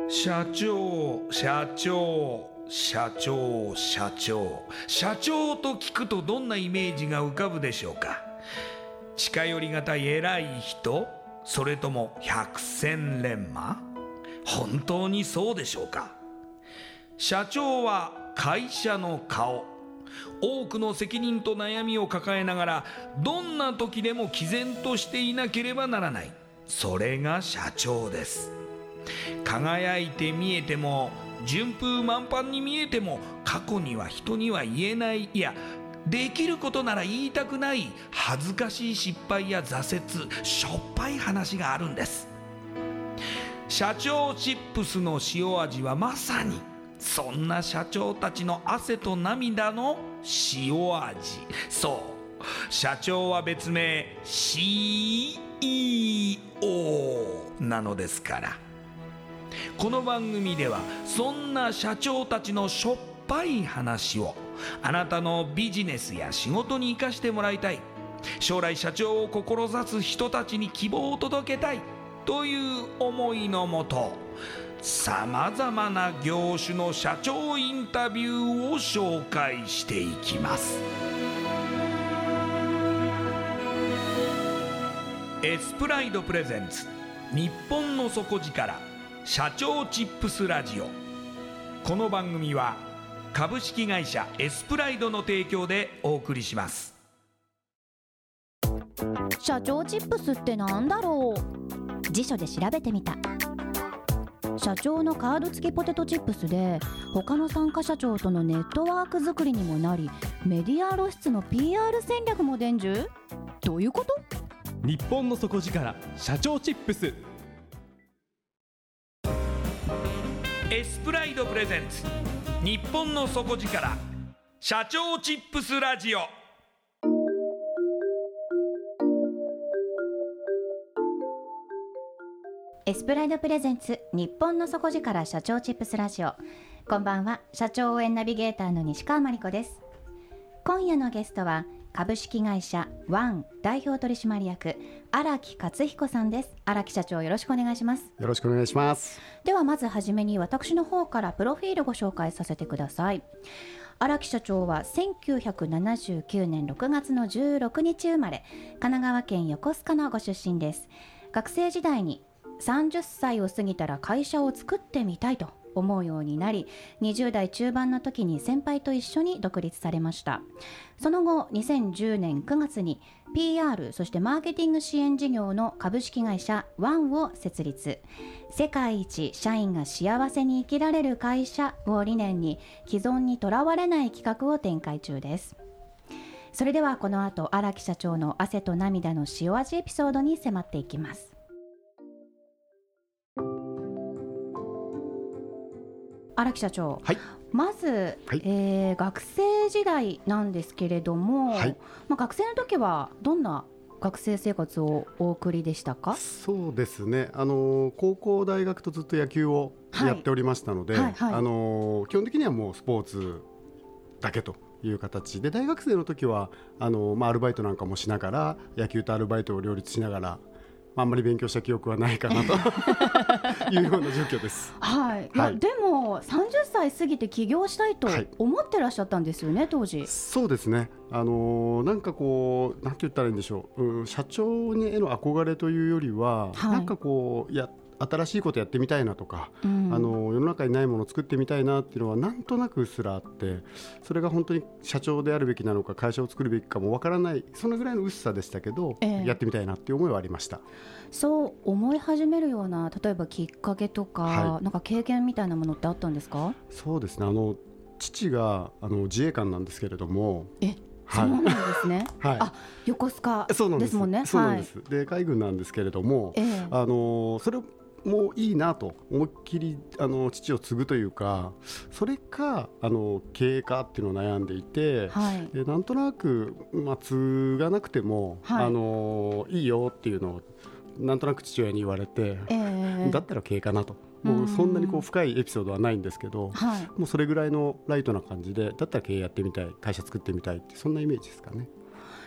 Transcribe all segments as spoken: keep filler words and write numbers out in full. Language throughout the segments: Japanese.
社長社長社長社長社長と聞くとどんなイメージが浮かぶでしょうか。近寄りがたい偉い人、それとも百戦錬磨。本当にそうでしょうか。社長は会社の顔、多くの責任と悩みを抱えながらどんな時でも毅然としていなければならない、それが社長です。輝いて見えても順風満帆に見えても、過去には人には言えない、いやできることなら言いたくない恥ずかしい失敗や挫折、しょっぱい話があるんです。社長チップスの塩味はまさにそんな社長たちの汗と涙の塩味。そう社長は別名 シーイーオー なのですから。この番組ではそんな社長たちのしょっぱい話をあなたのビジネスや仕事に生かしてもらいたい、将来社長を志す人たちに希望を届けたいという思いのもと、さまざまな業種の社長インタビューを紹介していきます。エスプライドプレゼンツ日本の底力社長チップスラジオ。この番組は株式会社エスプライドの提供でお送りします。 社長チップスってなんだろう。辞書で調べてみた。社長のカード付きポテトチップスで、他の参加社長とのネットワーク作りにもなり、メディア露出の ピーアール 戦略も伝授。どういうこと？ 日本の底力社長チップス。 エスプライドプレゼンツ日本の底力社長チップスラジオ。 エスプライドプレゼンツ日本の底力社長チップスラジオ。こんばんは、社長応援ナビゲーターの西川真理子です。今夜のゲストは株式会社ワン代表取締役荒木克彦さんです。荒木社長、よろしくお願いします。 よろしくお願いします。 ではまずはじめに私の方からプロフィールご紹介させてください。荒木社長はせんきゅうひゃくななじゅうきゅうねんろくがつのじゅうろくにち生まれ、神奈川県横須賀のご出身です。学生時代にさんじゅっさいを過ぎたら会社を作ってみたいと思うようになり、にじゅう代中盤の時に先輩と一緒に独立されました。その後にせんじゅうねんくがつに ピーアール そしてマーケティング支援事業の株式会社ワンを設立。世界一社員が幸せに生きられる会社を理念に、既存にとらわれない企画を展開中です。それではこの後、荒木社長の汗と涙の塩味エピソードに迫っていきます。荒木社長、はい、まず、はい、えー、学生時代なんですけれども、はい、まあ、学生の時はどんな学生生活をお送りでしたか？ そうですね、あの高校大学とずっと野球をやっておりましたので、はいはいはい、あの基本的にはもうスポーツだけという形で、大学生の時はあの、まあ、アルバイトなんかもしながら、野球とアルバイトを両立しながら、あんまり勉強した記憶はないかなというような状況です。 はい、はい、でもさんじゅっさい過ぎて起業したいと思ってらっしゃったんですよね、はい、当時。 そうですね、あのー、なんかこうなんて言ったらいいんでしょう、うん、社長への憧れというよりは、はい、なんかこうや新しいことやってみたいなとか、うん、あの世の中にないものを作ってみたいなっていうのはなんとなくすらあって、それが本当に社長であるべきなのか会社を作るべきかもわからない、そのぐらいの薄さでしたけど、えー、やってみたいなっていう思いはありました。 そう思い始めるような、例えばきっかけとか、はい、なんか経験みたいなものってあったんですか？ そうですね、あの父があの自衛官なんですけれども。 えそうなんですね、はい、あ横須賀ですもんね。 そうなんです、はい、で海軍なんですけれども、えー、あのそれもいいなと思いっきりあの父を継ぐというか、それかあの経営かっていうのを悩んでいて、はい、でなんとなく、まあ、継がなくても、はい、あのいいよっていうのをなんとなく父親に言われて、えー、だったら経営かなと。もうそんなにこう深いエピソードはないんですけど、はい、もうそれぐらいのライトな感じで、だったら経営やってみたい、会社作ってみたいって、そんなイメージですかね。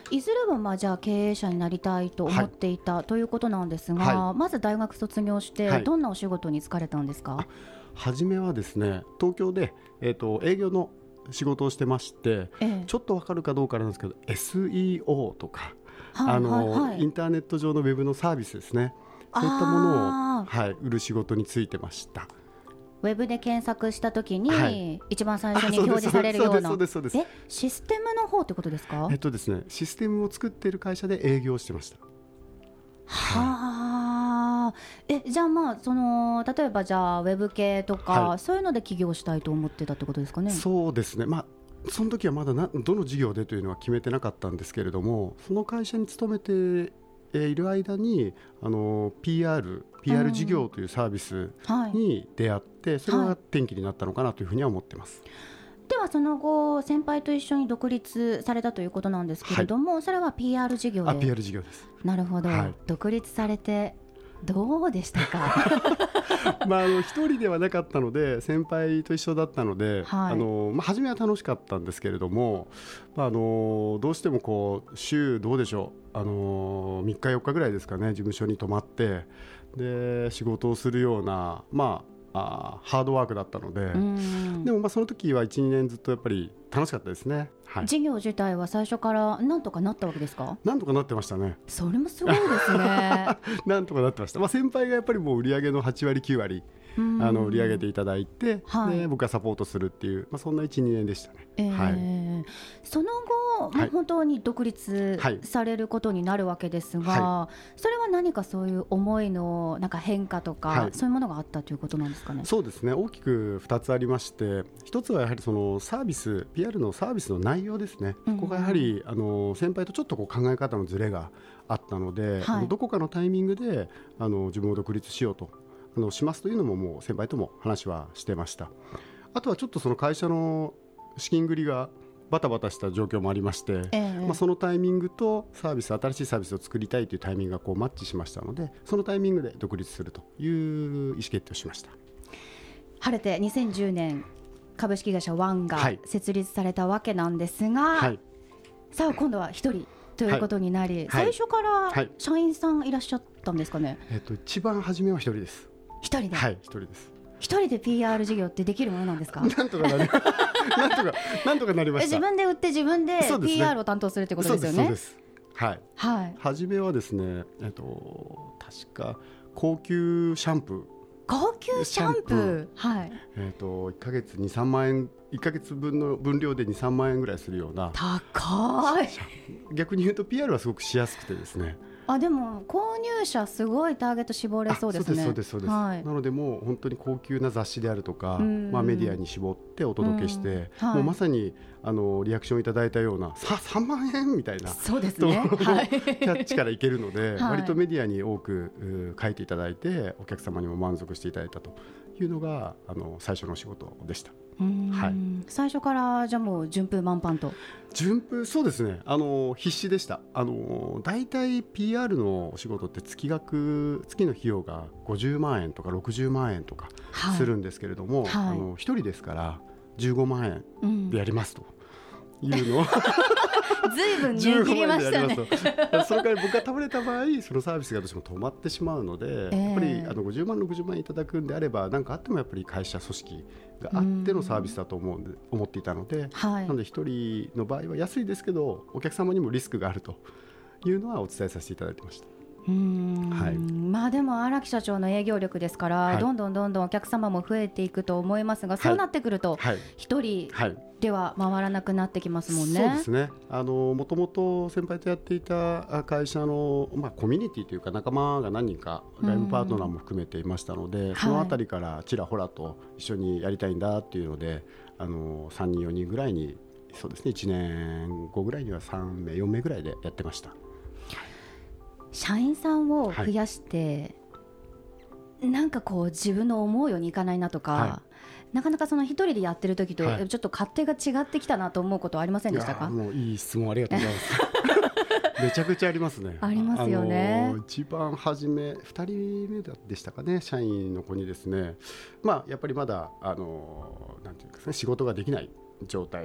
いずれはまあじゃあ経営者になりたいと思っていた、はい、ということなんですが、はい、まず大学卒業してどんなお仕事に就かれたんですか？はい、 初めはですね、東京で、えーと、営業の仕事をしてまして、ええ、ちょっと分かるかどうかなんですけど エスイーオー とか、はいあのはいはい、インターネット上のウェブのサービスですね、そういったものを、はい、売る仕事に就いてました。 ウェブで検索したときに、はい、一番最初に表示されるような、え、システムの方ってことですか？ えっとですね、システムを作っている会社で営業してました。 はあ、え、じゃあまあその例えばじゃあウェブ系とか、はい、そういうので起業したいと思ってたってことですかね？ そうですね、まあその時はまだなどの事業でというのは決めてなかったんですけれども、その会社に勤めている間にあの ピーアール、ピーアール 事業というサービスに出会って、うんはい、それが転機になったのかなというふうには思っています。 ではその後先輩と一緒に独立されたということなんですけれども、はい、それは ピーアール 事業で。 あ、ピーアール 事業です。 なるほど、はい、独立されてどうでしたか？ まあ、あの一人ではなかったので先輩と一緒だったので、はい、あのまあ、初めは楽しかったんですけれども、まあ、あのどうしてもこう週どうでしょう、あのみっかよっかぐらいですかね、事務所に泊まってで仕事をするような、まああハードワークだったので、でもまあその時はいち、にねんずっとやっぱり楽しかったですね。はい、 事業自体は最初からなんとかなったわけですか？ なんとかなってましたね。 それもすごいですね。 なんとかなってました。まあ、先輩がやっぱりもう売上のはちわりきゅうわりあの売り上げていただいて、はい、で僕がサポートするっていう、まあ、そんないち、にねんでしたね。 えーはい、その後、まあ、本当に独立されることになるわけですが、はい、それは何かそういう思いのなんか変化とか、はい、そういうものがあったということなんですかね？ そうですね、大きくふたつありまして、ひとつはやはりそのサービス ピーアール のサービスの内容ですね、うん、ここがやはりあの先輩とちょっとこう考え方のズレがあったので、はい、どこかのタイミングであの自分を独立しようとあのしますというのももう先輩とも話はしてました。あとはちょっとその会社の資金繰りがバタバタした状況もありまして、えーまあ、そのタイミングとサービス新しいサービスを作りたいというタイミングがこうマッチしましたので、そのタイミングで独立するという意思決定をしました。 晴れてにせんじゅうねん株式会社ワンが設立されたわけなんですが、はい、さあ今度は一人ということになり、はい、最初から社員さんいらっしゃったんですかね？ えっと、一番初めは一人です。 一人で？ はい、一人です。 一人で ピーアール 事業ってできるものなんですか？ なんとかなりなんとかなんとかなりました。 自分で売って自分で ピーアール を担当するってことですよね。 そうです、そうです、はい、はい、初めはですね、えっと、確か高級シャンプー高級シャンプー、はい、 えっと、いっかげつに、さんまんえん、いっかげつぶんの分量でに、さんまんえんぐらいするような高い。 逆に言うと ピーアール はすごくしやすくてですね。 あ、でも購入者すごいターゲット絞れそうですね。 そうですそうですそうです、はい、なのでもう本当に高級な雑誌であるとか、まあ、メディアに絞ってお届けして、はい、もうまさにあのリアクションいただいたようなささんまんえんみたいなそうですね、はい、 キャッチからいけるので、はい、割とメディアに多く書いていただいてお客様にも満足していただいたというのがあの最初の仕事でした。 はい、最初からじゃもう順風満帆と。 順風、そうですね、あの必死でした。あのだいたい ピーアール のお仕事って月額月の費用がごじゅうまんえんとかろくじゅうまんえんとかするんですけれども、はいはい、あのひとりですからじゅうごまんえんでやりますというのを、うんずいぶん値切りましたね。 それから僕が倒れた場合そのサービスがどうしても止まってしまうので、えー、やっぱりあのごじゅうまんろくじゅうまんいただくんであれば何かあってもやっぱり会社組織があってのサービスだと思うんで思っていたので、はい、なのでひとりの場合は安いですけどお客様にもリスクがあるというのはお伝えさせていただいてました。 うーん、はい、まあでも荒木社長の営業力ですから、はい、どんどんどんどんお客様も増えていくと思いますが、そうなってくると一人では回らなくなってきますもんね。 そうですね、あのもともと先輩とやっていた会社の、まあ、コミュニティというか仲間が何人か外部パートナーも含めていましたので、そのあたりからちらほらと一緒にやりたいんだっていうので、あのさんにんよにんぐらいに、そうですね、いちねんごぐらいにはさんめいよんめいぐらいでやってました。 社員さんを増やして、はい、なんかこう自分の思うようにいかないなとか、はい、なかなかその一人でやってる時とちょっと勝手が違ってきたなと思うことはありませんでしたか？ いや、もういい質問ありがとうございますめちゃくちゃありますね。 ありますよね。 あの一番初めふたりめでしたかね、社員の子にですね、まあ、やっぱりまだあのなんていうか、ね、仕事ができない状態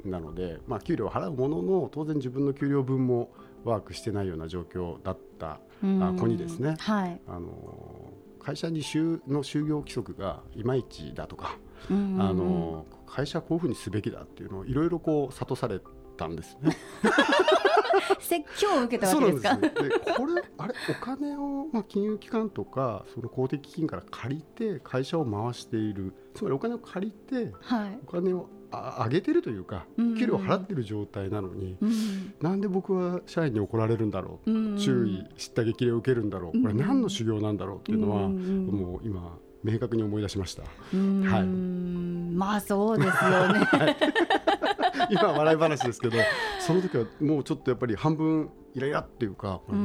なので、まあ、給料を払うものの当然自分の給料分もワークしてないような状況だった子にですね、はい、あの会社に就の就業規則がいまいちだとか、あの会社はこういうふうにすべきだっていうのをいろいろこう諭されたんですね。 説教を受けたわけですか。 そうなんですね。でこれあれお金を、まあ、金融機関とかその公的基金から借りて会社を回している、つまりお金を借りて、はい、お金をあ上げてるというか、給料を払ってる状態なのに、うん、なんで僕は社員に怒られるんだろう、うん、注意知った激励を受けるんだろう、これ何の修行なんだろうっていうのは、うん、もう今明確に思い出しました。 うん、はい、まあそうですよね。はい、 今は笑い話ですけど、その時はもうちょっとやっぱり半分イライラっていうか、うん、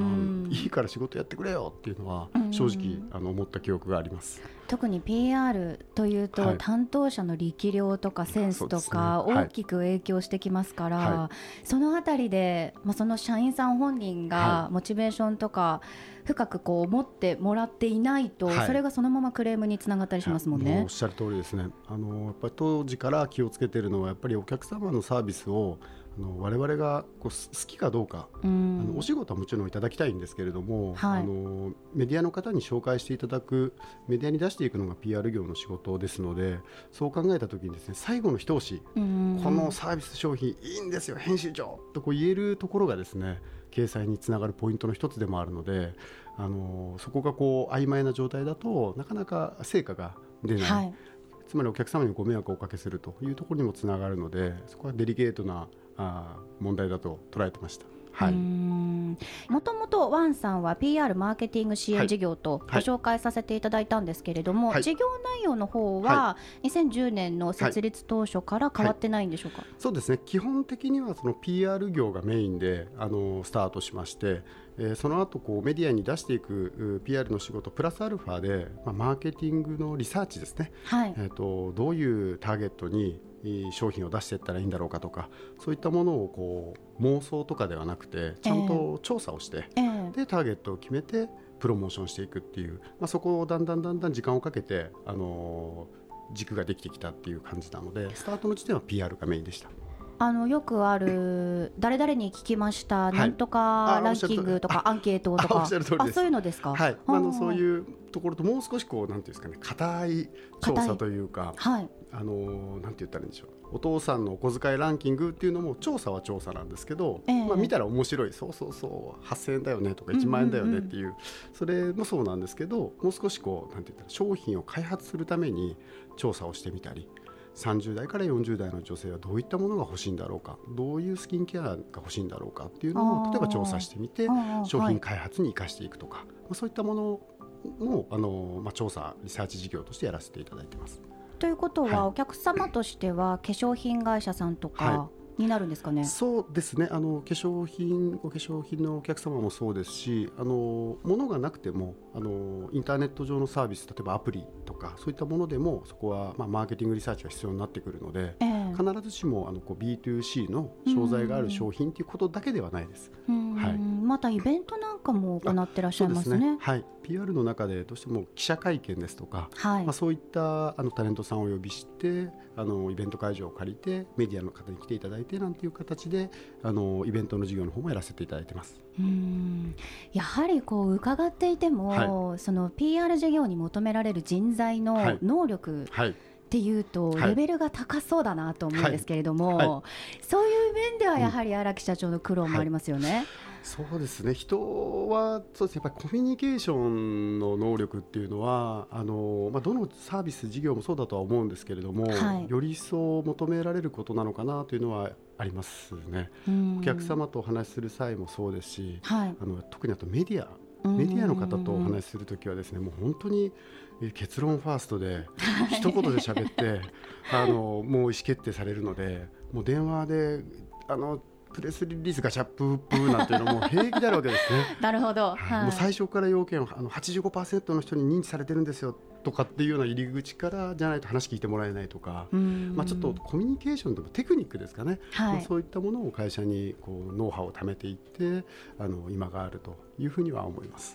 いいから仕事やってくれよっていうのは正直あの思った記憶があります。 特に ピーアール というと、はい、担当者の力量とかセンスとか大きく影響してきますから、はい、そのあたりで、まあ、その社員さん本人がモチベーションとか深くこう持ってもらっていないと、はい、それがそのままクレームにつながったりしますもんね。もうおっしゃる通りですね。あのやっぱり当時から気をつけているのはやっぱりお客様のサービスをあの我々がこう好きかどうか、うん、あのお仕事はもちろんいただきたいんですけれども、はい、あのメディアの方に紹介していただく、メディアに出していくのが ピーアール 業の仕事ですので、そう考えたときにですね、最後の一押し、うん、このサービス商品いいんですよ編集長とこう言えるところがですね、掲載につながるポイントの一つでもあるので、あのそこがこう曖昧な状態だとなかなか成果が出ない、はい、つまりお客様にご迷惑をおかけするというところにもつながるので、そこはデリケートなあ問題だと捉えてました。はい、 もともとワンさんは ピーアール マーケティング支援事業とご紹介させていただいたんですけれども、はい、事業内容の方はにせんじゅうねんの設立当初から変わってないんでしょうか。はいはい、 そうですね、基本的にはその ピーアール 業がメインであのスタートしまして、えー、その後こうメディアに出していく ピーアール の仕事プラスアルファで、まあ、マーケティングのリサーチですね、はい、えーと、どういうターゲットに商品を出していったらいいんだろうかとか、そういったものをこう妄想とかではなくてちゃんと調査をして、えー、でターゲットを決めてプロモーションしていくっていう、まあ、そこをだんだんだんだん時間をかけて、あのー、軸ができてきたっていう感じなので、スタートの時点は ピーアール がメインでした。 あのよくある誰々に聞きました、はい、なんとかランキングとかアンケートとか、あ、そういうのですか。 はい、あのそういうところともう少しこうなんていうんですかね、固い調査というか、はい、あのなんて言ったらいいんでしょう、お父さんのお小遣いランキングっていうのも調査は調査なんですけど、えーまあ、見たら面白い、そうそうそうはっせんえんだよねとかいちまんえんだよねっていう、うんうんうん、それもそうなんですけど、もう少しこうなんて言ったら商品を開発するために調査をしてみたり、さんじゅう代からよんじゅう代の女性はどういったものが欲しいんだろうか、どういうスキンケアが欲しいんだろうかっていうのを例えば調査してみて商品開発に生かしていくとか、はい、まあ、そういったものもあの、まあ、調査リサーチ事業としてやらせていただいてます。 ということは、はい、お客様としては化粧品会社さんとか、はい、になるんですかね。 そうですね、あの化粧品お化粧品のお客様もそうですし、あの物がなくてもあのインターネット上のサービス、例えばアプリとかそういったものでもそこは、まあ、マーケティングリサーチが必要になってくるので、えー、必ずしもあのこう ビーツーシー の商材がある商品ということだけではないです。 はい、またイベントなんかも行ってらっしゃいますね。 そうですね、はい、ピーアール の中でどうしても記者会見ですとか、はい、まあ、そういったあのタレントさんをお呼びしてあのイベント会場を借りてメディアの方に来ていただいてなんていう形であのイベントの事業の方もやらせていただいてます。 うーん、やはりこう伺っていても、はい、その ピーアール 事業に求められる人材の能力、はいはい、っていうとレベルが高そうだなと思うんですけれども、はいはい、そういう面ではやはり荒木社長の苦労もありますよね。うん、はい、 そうですね、人はそうですね、やっぱりコミュニケーションの能力っていうのはあの、まあ、どのサービス事業もそうだとは思うんですけれども、はい、より一層求められることなのかなというのはありますね。お客様とお話しする際もそうですし、はい、あの特にあとメディアメディアの方とお話しするときはですね、もう本当に結論ファーストで一言で喋ってあのもう意思決定されるので、もう電話であのプレスリリースがチャッププーなんていうのも平気であるわけですね。なるほど、はい、もう最初から要件をあの はちじゅうごパーセント の人に認知されてるんですよとかっていうような入り口からじゃないと話聞いてもらえないとか、まあ、ちょっとコミュニケーションでもテクニックですかね、はい、まあ、そういったものを会社にこうノウハウを貯めていってあの今があるというふうには思います。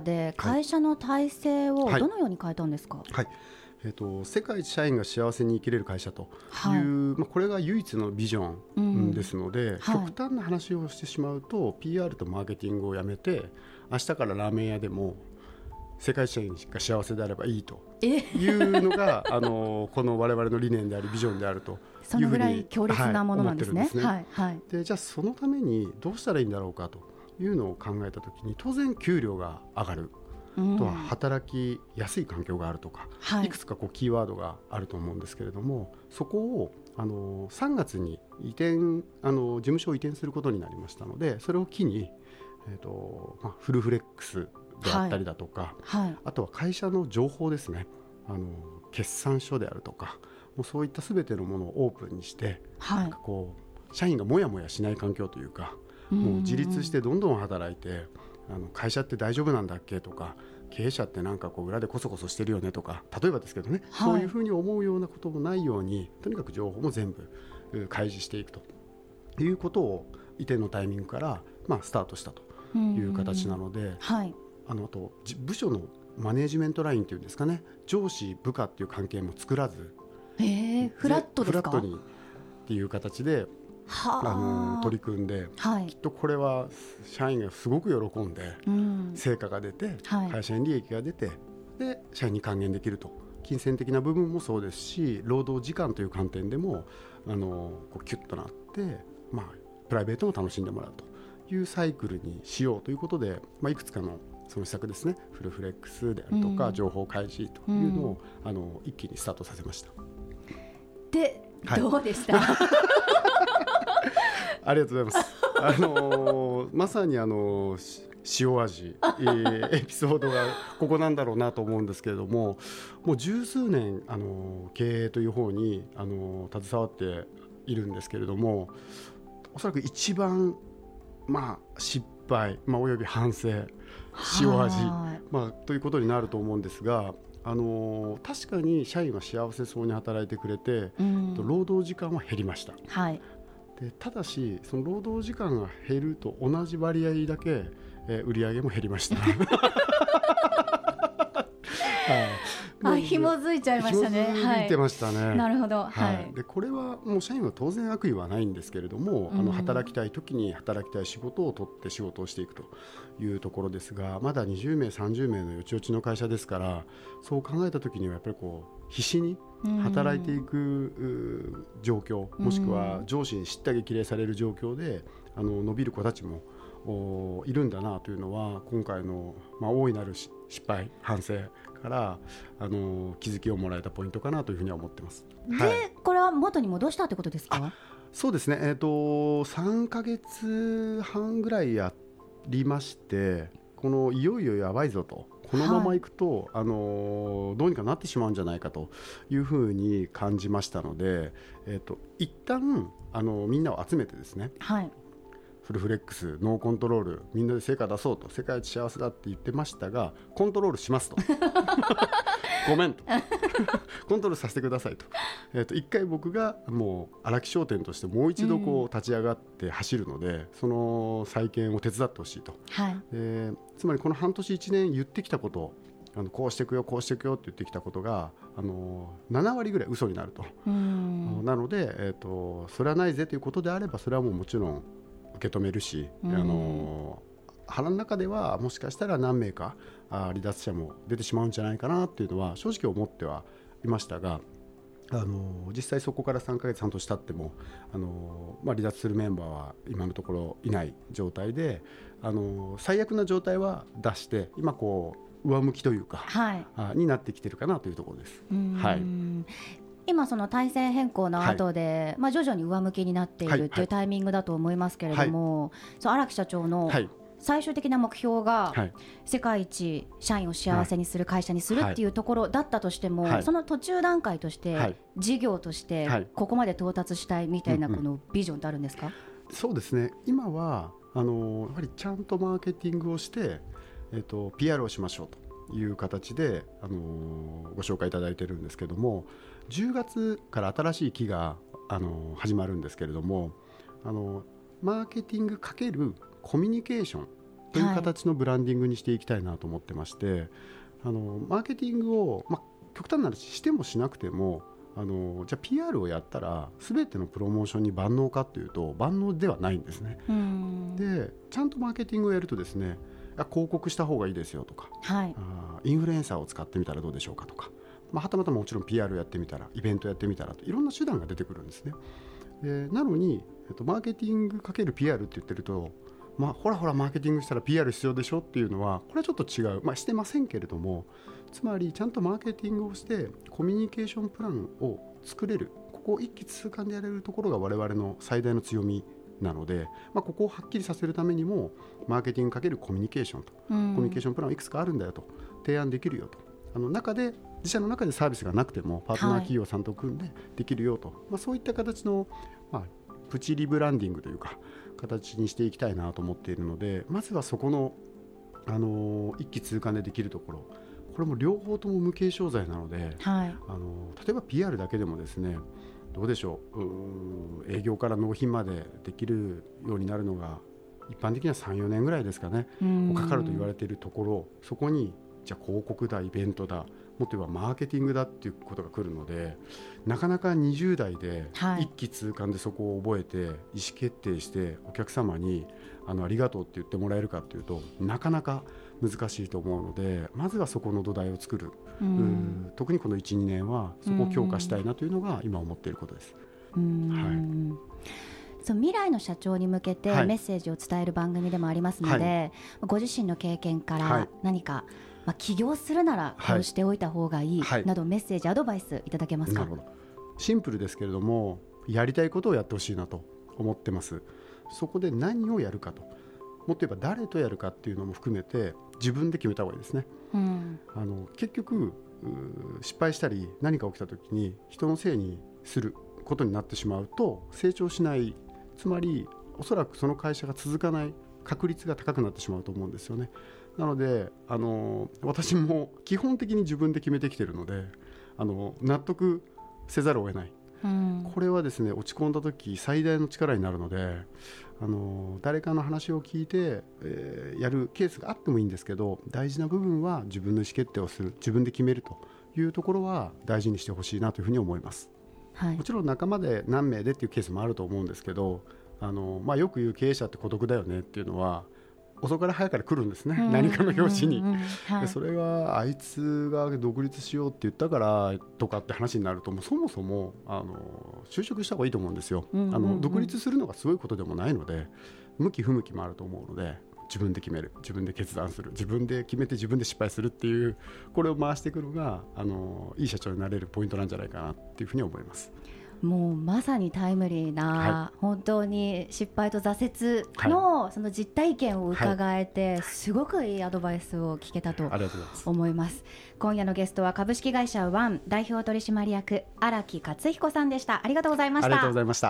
そのような中で会社の体制をどのように変えたんですか。 はいはい、 えー、と世界一社員が幸せに生きれる会社という、はい、まあ、これが唯一のビジョンですので、うん、極端な話をしてしまうと、はい、ピーアール とマーケティングをやめて明日からラーメン屋でも世界一社員が幸せであればいいというのがあのこの我々の理念でありビジョンであるというふうに、 そのぐらい強烈なものなんですね。 で、じゃあそのためにどうしたらいいんだろうかというのを考えたときに、当然給料が上がる、うん、あとは働きやすい環境があるとか、はい、いくつかこうキーワードがあると思うんですけれども、そこをあのさんがつに移転あの事務所を移転することになりましたので、それを機に、えーとまあ、フルフレックスであったりだとか、はいはい、あとは会社の情報ですね、あの決算書であるとか、もうそういったすべてのものをオープンにして、はい、なんかこう社員がもやもやしない環境というか、もう自立してどんどん働いて、あの会社って大丈夫なんだっけとか、経営者ってなんかこう裏でコソコソしてるよねとか、例えばですけどね、はい、そういうふうに思うようなこともないように、とにかく情報も全部開示していくということを移転のタイミングから、まあ、スタートしたという形なので、はい、あのあと部署のマネジメントラインというんですかね、上司部下っていう関係も作らず、 えー、フラットですか？ フラットにっていう形であの取り組んで、はい、きっとこれは社員がすごく喜んで、うん、成果が出て、はい、会社に利益が出て、で社員に還元できると、金銭的な部分もそうですし、労働時間という観点でもあのこうキュッとなって、まあ、プライベートも楽しんでもらうというサイクルにしようということで、まあ、いくつかのその施策ですね、フルフレックスであるとか、うん、情報開示というのを、うん、あの一気にスタートさせました。 で、はい、どうでした？ ありがとうございます。あのー、まさにあの塩味、えー、エピソードがここなんだろうなと思うんですけれども、もう十数年あの経営という方にあの携わっているんですけれども、おそらく一番、まあ、失敗、まあ、および反省、塩味、まあ、ということになると思うんですが、あの確かに社員は幸せそうに働いてくれて、うん、労働時間は減りました。はい、でただしその労働時間が減ると同じ割合だけ、えー、売り上げも減りました。 はい、あ、紐づいちゃいましたね。 紐づいてましたね。はい、 なるほど、 はいはい、でこれはもう社員は当然悪意はないんですけれども、うん、あの働きたい時に働きたい仕事を取って仕事をしていくというところですが、まだにじゅうめいさんじゅうめいのよちよちの会社ですから、そう考えた時にはやっぱりこう必死に働いていく状況、もしくは上司に叱咤激励される状況であの伸びる子たちもいるんだなというのは、今回の、まあ、大いなる失敗反省からあの気づきをもらえたポイントかなというふうには思ってます。 で、はい、これは元に戻したってことですか？ そうですね、えーと、さんかげつはんぐらいやりまして、このいよいよやばいぞと、このままいくと、はい、あのどうにかなってしまうんじゃないかというふうに感じましたので、えーと、一旦あのみんなを集めてですね、はい、フルフレックスノーコントロール、みんなで成果出そうと、世界一幸せだって言ってましたが、コントロールしますとごめんとコントロールさせてくださいと、えーと、一回僕がもう荒木商店としてもう一度こう立ち上がって走るので、うん、その再建を手伝ってほしいと、はい、えー、つまりこの半年いちねん言ってきたこと、あのこうしていくよこうしていくよって言ってきたことが、あのななわりぐらい嘘になると、うん、なので、えーと、それはないぜということであれば、それはもうもちろん受け止めるし、うん、あの腹の中ではもしかしたら何名かあ離脱者も出てしまうんじゃないかなっていうのは正直思ってはいましたが、あの実際そこからさんかげつはんとし経ってもあの、まあ、離脱するメンバーは今のところいない状態で、あの最悪な状態は出して今こう上向きというか、はい、あになってきてるかなというところです。はい、 今その体制変更の後で、はい、まあ、徐々に上向きになっているっていうタイミングだと思いますけれども、はい、そう荒木社長の最終的な目標が世界一社員を幸せにする会社にするっていうところだったとしても、はい、その途中段階として事業としてここまで到達したいみたいなこのビジョンってあるんですか？ うんうん、そうですね、今はあのやはりちゃんとマーケティングをして、えーと、ピーアール をしましょうという形で、あのご紹介いただいているんですけども、じゅうがつから新しい期が、あの始まるんですけれども、あのマーケティング×コミュニケーションという形のブランディングにしていきたいなと思ってまして、はい、あのマーケティングを、ま、 極端な話してもしなくてもあのじゃあ ピーアール をやったら全てのプロモーションに万能かっていうと万能ではないんですね。でちゃんとマーケティングをやるとですね、広告した方がいいですよとか、はい、あインフルエンサーを使ってみたらどうでしょうかとか、まあ、はたまたもちろん ピーアール やってみたらイベントやってみたらといろんな手段が出てくるんですね。でなのに、えっと、マーケティング×ピーアール って言ってると、まあ、ほらほらマーケティングしたら ピーアール 必要でしょっていうのはこれはちょっと違う、まあ、してませんけれども、つまりちゃんとマーケティングをしてコミュニケーションプランを作れる、ここを一気通貫でやれるところが我々の最大の強みなので、まあ、ここをはっきりさせるためにもマーケティング×コミュニケーションと、うん、コミュニケーションプランはいくつかあるんだよと提案できるよと、あの中で自社の中でサービスがなくてもパートナー企業さんと組んでできるよと、はい、まあ、そういった形の、まあ、プチリブランディングというか形にしていきたいなと思っているので、まずはそこの、あのー、一気通貫でできるところ、これも両方とも無形商材なので、はい、あの例えば ピーアール だけでもですね、どうでしょう、う営業から納品までできるようになるのが一般的には さんよねんぐらいですかね、かかると言われているところ、そこにじゃあ広告だイベントだもっと言えばマーケティングだっていうことが来るので、なかなかにじゅう代で一気通貫でそこを覚えて意思決定してお客様に あのありがとうって言ってもらえるかっていうとなかなか難しいと思うので、まずはそこの土台を作る、うん、特にこの いちにねんはそこを強化したいなというのが今思っていることです。うん、はい、 そう未来の社長に向けてメッセージを伝える番組でもありますので、はい、ご自身の経験から何か、はい、まあ、起業するならこうしておいた方がいいなどメッセージ、アドバイスいただけますか。 なるほど。シンプルですけれどもやりたいことをやってほしいなと思ってます。そこで何をやるかと、もっと言えば誰とやるかっていうのも含めて自分で決めた方がいいですね。うん、あの結局失敗したり何か起きた時に人のせいにすることになってしまうと成長しない、つまりおそらくその会社が続かない確率が高くなってしまうと思うんですよね。なのであの私も基本的に自分で決めてきているので、あの納得せざるを得ない、うん、これはですね落ち込んだ時最大の力になるので、あの誰かの話を聞いて、えー、やるケースがあってもいいんですけど、大事な部分は自分の意思決定をする、自分で決めるというところは大事にしてほしいなというふうに思います。はい、もちろん仲間で何名でっていうケースもあると思うんですけど、あの、まあ、よく言う経営者って孤独だよねっていうのは遅から早から来るんですね、うん、何かの拍子に、うんうんうん、はい、でそれはあいつが独立しようって言ったからとかって話になると、もうそもそもあの就職した方がいいと思うんですよ、うんうんうん、あの独立するのがすごいことでもないので、向き不向きもあると思うので、自分で決める、自分で決断する、自分で決めて自分で失敗するっていう、これを回していくのがあのいい社長になれるポイントなんじゃないかなっていうふうに思います。 もうまさにタイムリーな、はい、本当に失敗と挫折の、はい、その実体験を伺えて、はい、すごくいいアドバイスを聞けたと思います。今夜のゲストは株式会社ワン代表取締役荒木克彦さんでした。ありがとうございました。 ありがとうございました。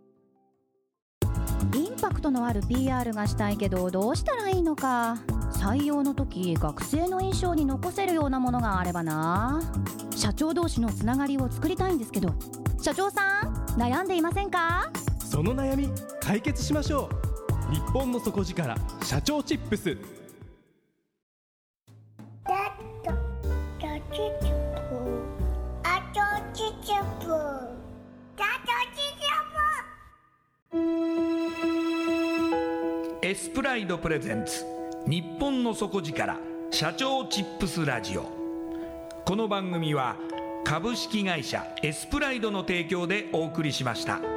インパクトのある ピーアール がしたいけどどうしたらいいのか、採用の時学生の印象に残せるようなものがあればな。社長同士のつながりを作りたいんですけど、社長さん悩んでいませんか？ その悩み解決しましょう。日本の底力社長チップス。 エスプライドプレゼンツ日本の底力社長チップスラジオ。この番組は株式会社エスプライドの提供でお送りしました。